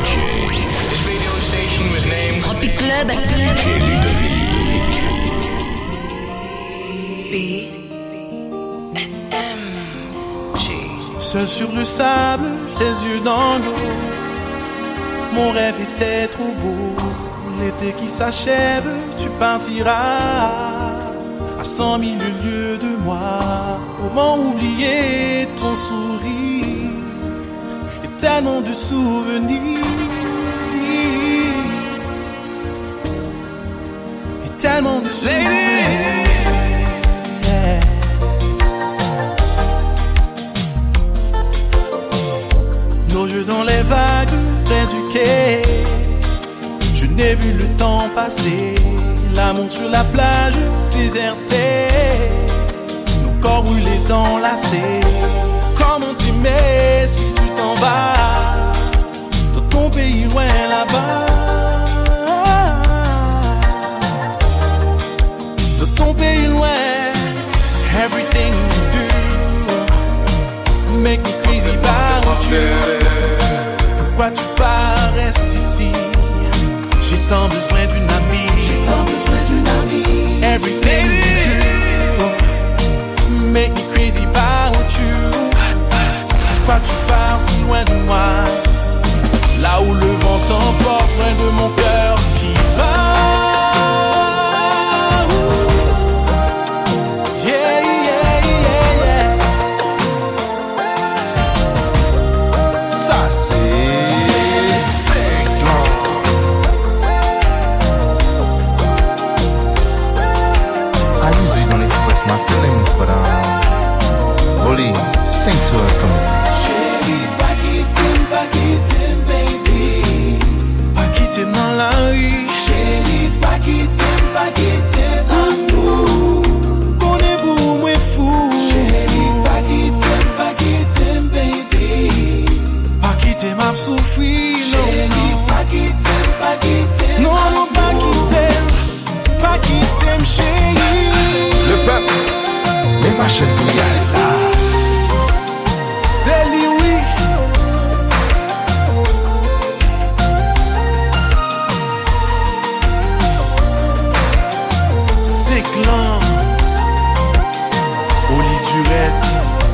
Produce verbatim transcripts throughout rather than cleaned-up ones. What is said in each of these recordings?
Tropic Club. D J Ludovic. B M G. Seul sur le sable, les yeux dans l'eau. Mon rêve était trop beau. L'été qui s'achève, tu partiras à cent mille lieues de moi. Comment oublier ton sourire et tellement de souvenirs et tellement de souvenirs. Yeah. Nos jeux dans les vagues près du quai. Je n'ai vu le temps passer, l'amour sur la plage désertée, nos corps brûlés enlacés. Comment t'aimer si tu t'en vas dans ton pays loin là-bas, dans ton pays loin. Everything you do make me crazy about you. Pourquoi tu pars, reste ici? J'ai tant besoin d'une amie. J'ai tant besoin d'une amie. Everything you do make me crazy about you. Pourquoi tu pars si loin de moi? Là où le vent t'emporte, loin de mon cœur qui bat. Yeah, yeah, yeah, yeah. Ça c'est Ciclone. I usually don't express my feelings, but um, Oli, sing to it for me. Chérie, pas quitter, pas quitter, baby. Pas quitter dans la rue. Chérie, pas quitter, pas quitter, l'amour. Qu'on est pour moi fou. Chérie, pas quitter, pas quitter, baby. Pas quitter ma souffrir, non. Chérie, pas quitter, pas quitter. Non, non, pas quitter. Pas quitter, chérie. Le peuple, les machines pour y aller là. C'est lui, oui. Ciclone. Oli Durette.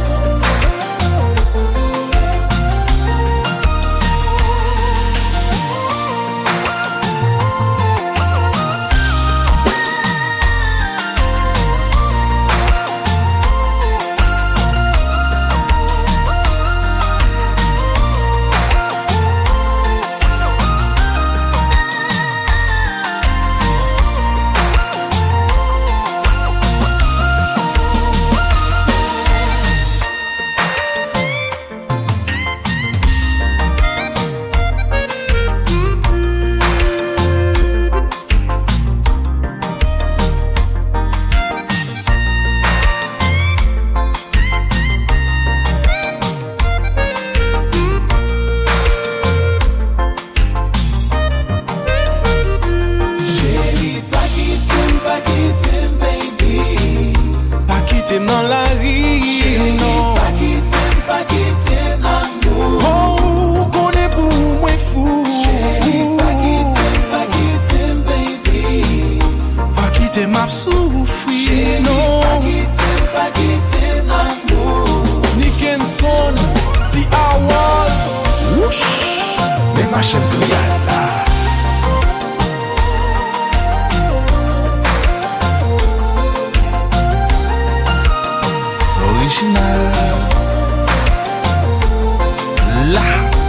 Dans la rue, chérie, non. Pas quitter, pas quitter l'amour. Oh, qu'on est pour moi fou. Chérie, pas quitter, pas quitter, baby. Pas quitter ma souffrir, chérie, non. Pas quitter, pas quitter l'amour. Nick and Son, si Awal. Whoosh, les machines pour y aller là. Original là.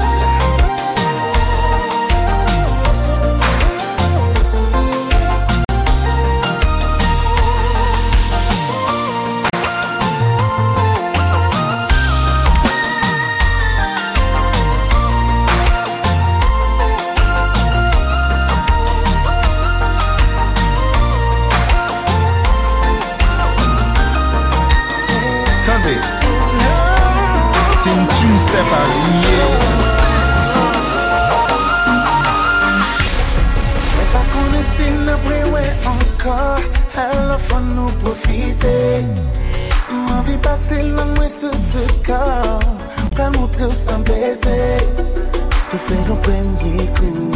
Si tu ne sais pas lier, mais pas qu'on essaie de briller encore. Alors faut nous profiter. Ma vie passée là, moi sur ce corps. Pas montrer sans baiser. Ou faire un premier coup.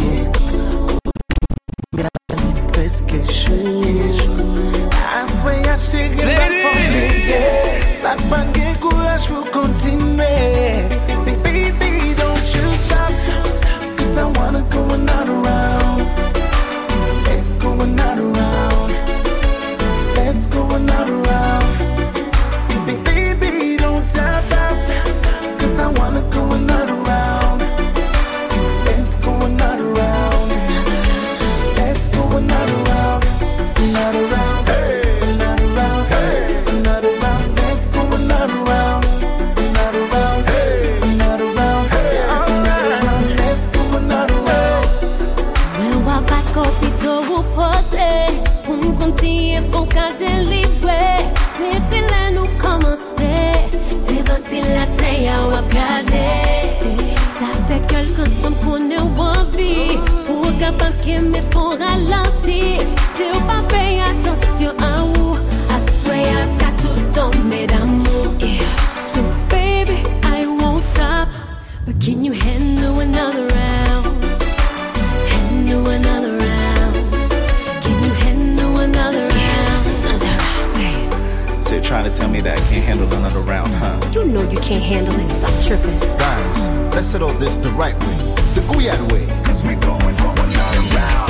Presque chou. I swear I shake it back for me, yeah. Ça pas de courage pour continuer. Baby, don't you stop. Cause I wanna go another round. Let's go another round. Let's go another round. Baby, don't tap out. Cause I wanna go another round. Let's go another round. Let's go another round. Another round. Hey. Another round. Hey. Another round. Let's go another round. Another round. Hey. Another round. Hey. Alright. Let's go another round. When I back up, it's all posé. Pour me continuer, faut qu'à délivrer. Depuis là, nous commencer. C'est ventilateur, y'a à regarder. Ça fait quelque temps qu'on est envie. Pour capable que me font ralentir. Si on pas paye attention à où, I swear I got to tomber d'amour. Yeah. So baby, I won't stop. But can you handle another round? Handle another round. Can you handle another round? Another round, hey. So you're trying to tell me that I can't handle another round, huh? You know you can't handle it. Stop tripping. Guys, let's settle this the right way, the Guyana way. Cause we going for another round.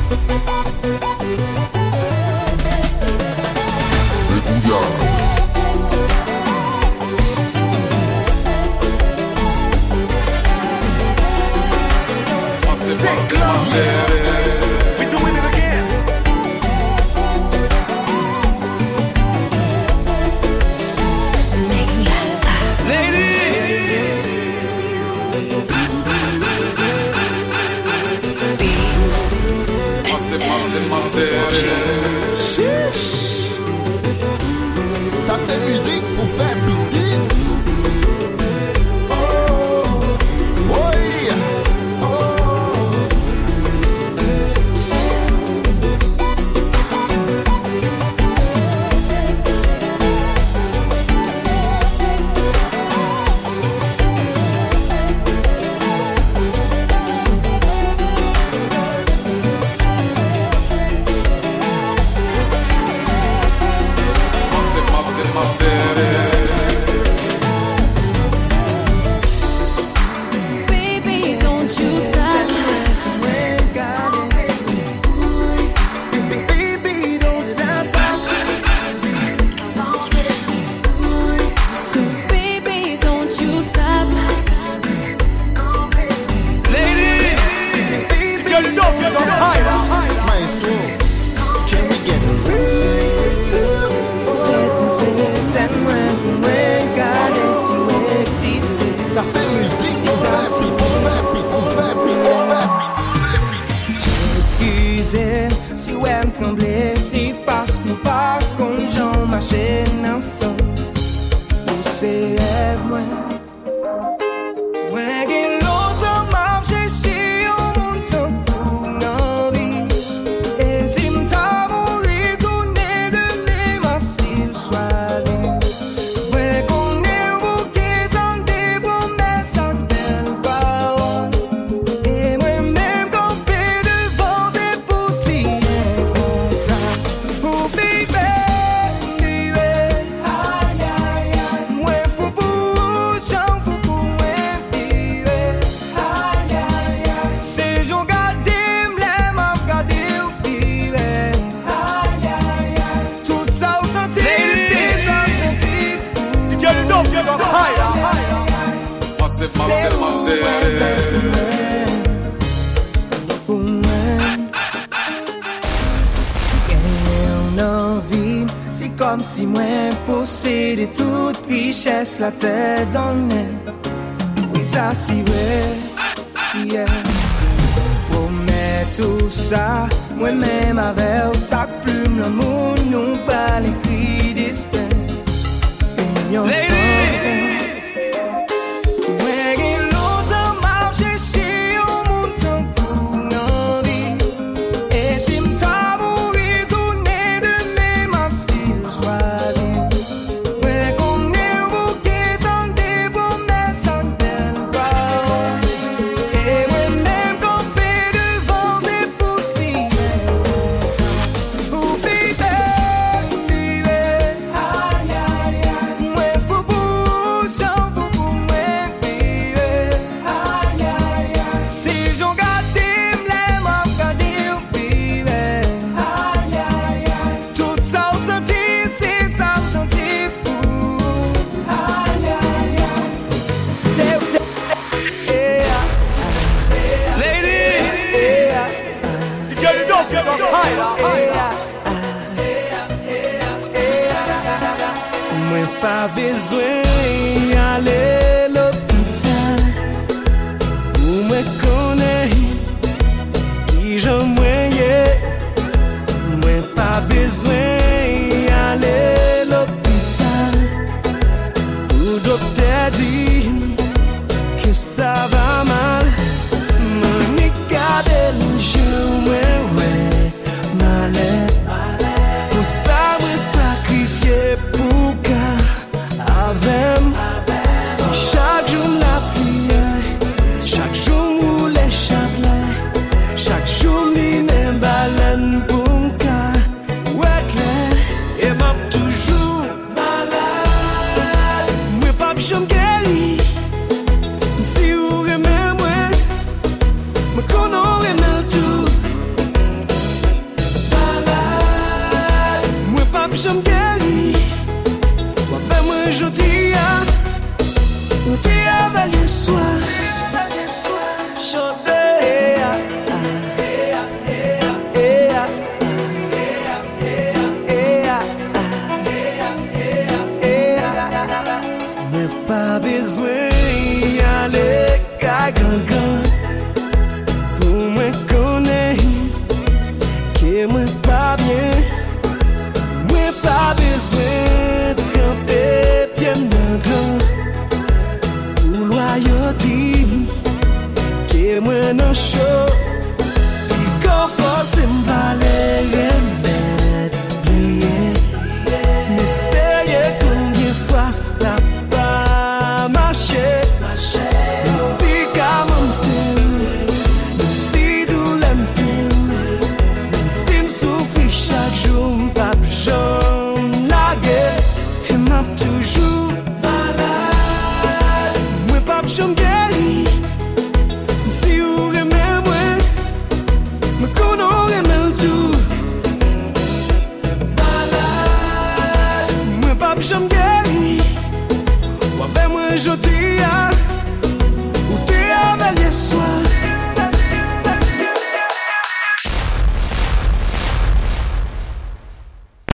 We doing it again. Ça c'est musique pour faire pitié. Baby, don't you stop. Baby, don't tap out. So baby, don't you stop. You know you're on high. Maestro, can we get a refill? Ça c'est musique pour faire pitié, faire pitié, faire pitié, faire pitié, faire pitié. Excusez si vous me tremblez, si parce que par contre j'en marchais ensemble. Vous c'est moi. Ouais, qu'il l'autre marche si on monte pour l'envie. Et si m't'a mouru, tourner de mes maps, s'il choisit. Ouais, qu'on est au bouquet, tant des promesses, tant belles paroles. Et moi-même, campé devant ces poussières contrats. Oh, baby, baby, aïe, aïe, aïe. Moi, fou pour j'en fou pour moi, baby, aïe, aïe, aïe. C'est j'en gardé, m'l'aime, m'a gardé, baby, aïe, aïe, aïe. Tout ça au senti, c'est ça au senti. You know you're on high. C'est moi, pour moi. Gagner en envie, c'est comme si moi possédais toute richesse, la tête dans le nez. Oui, ça c'est vrai, yeah. Pour mettre tout ça, moi-même avec sac plume, l'amour, nous pas l'écrit destin. Union sans fin. Ouais, et l'autre marche chez au montant pour l'envie. Et si m't'a mouru, tourner de mes maps, style choisi. Ouais, qu'on est au bouquet, tant des promesses, tant belles paroles. Et Mwen pa bezwen ale l'hôpital pou mwen konen ki jan mwen ye. Mwen pa bezwen ale l'hôpital pou dokter di que ça va mal. Mwen ni gade l'jou mwen wè malè. Pou sa mwen sakrifye pou ka avem. Si chaque jour la prière, chaque jour ou les chapelets, chaque jour li ne balen pour m'ka ouais clair. Et m'a toujours malade. Mwen pa jam guéri. Si ou remè mwen, mwen konon remè tout. Malade. Mwen pa jam guéri. Wè mwen jodi ya, ou ti avalye soir. Chante ya, mwen pa bezwen ale ka gangan pou mwen konen ke mwen pa bien. Mwen pa bezwen trempe bien nan gran pou loyauté ke mwen nan show. Pi kon force m'vale remèd plié. M'essaye combien fois ça pas marché. Si comme m'sim, si douleur m'sim, si m'souffri chaque jour m'pap j'en nagué. Et m'a toujours malade. Mwen pap j'en guéri. Si ou remè mwen, mwen konon remè tout. Malade. Mwen pap j'en guéri. Wè mwen jodi ya, ou te avalye soir.